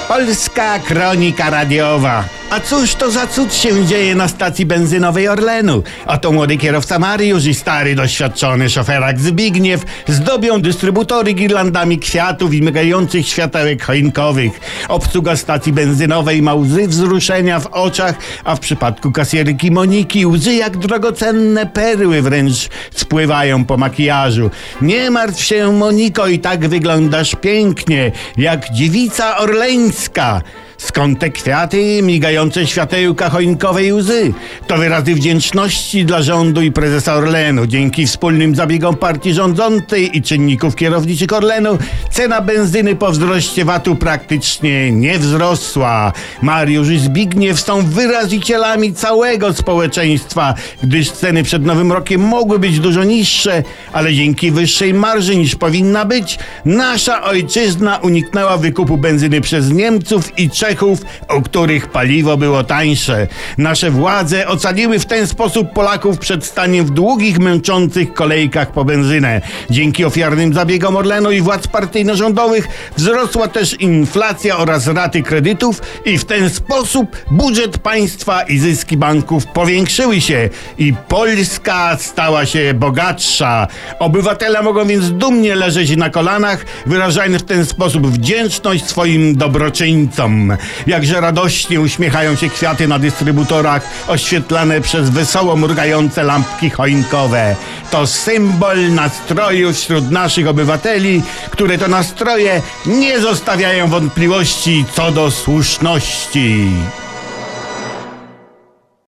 Polska Kronika Radiowa. A cóż to za cud się dzieje na stacji benzynowej Orlenu? Oto młody kierowca Mariusz i stary, doświadczony szoferak Zbigniew zdobią dystrybutory girlandami kwiatów i migających światełek choinkowych. Obsługa stacji benzynowej ma łzy wzruszenia w oczach, a w przypadku kasjerki Moniki łzy jak drogocenne perły wręcz spływają po makijażu. Nie martw się, Moniko, i tak wyglądasz pięknie, jak dziewica orleńska. Skąd te kwiaty, migające światełka, choinkowe i łzy? To wyrazy wdzięczności dla rządu i prezesa Orlenu. Dzięki wspólnym zabiegom partii rządzącej i czynników kierowniczych Orlenu cena benzyny po wzroście VAT-u praktycznie nie wzrosła. Mariusz i Zbigniew są wyrazicielami całego społeczeństwa, gdyż ceny przed Nowym Rokiem mogły być dużo niższe, ale dzięki wyższej marży niż powinna być, nasza ojczyzna uniknęła wykupu benzyny przez Niemców i Czechów, u których paliwo było tańsze. Nasze władze ocaliły w ten sposób Polaków przed staniem w długich, męczących kolejkach po benzynę. Dzięki ofiarnym zabiegom Orlenu i władz partyjno-rządowych wzrosła też inflacja oraz raty kredytów i w ten sposób budżet państwa i zyski banków powiększyły się i Polska stała się bogatsza. Obywatele mogą więc dumnie leżeć na kolanach, wyrażając w ten sposób wdzięczność swoim dobroczyńcom. Jakże radośnie uśmiechają się kwiaty na dystrybutorach oświetlane przez wesoło mrugające lampki choinkowe. To symbol nastroju wśród naszych obywateli, które to nastroje nie zostawiają wątpliwości co do słuszności.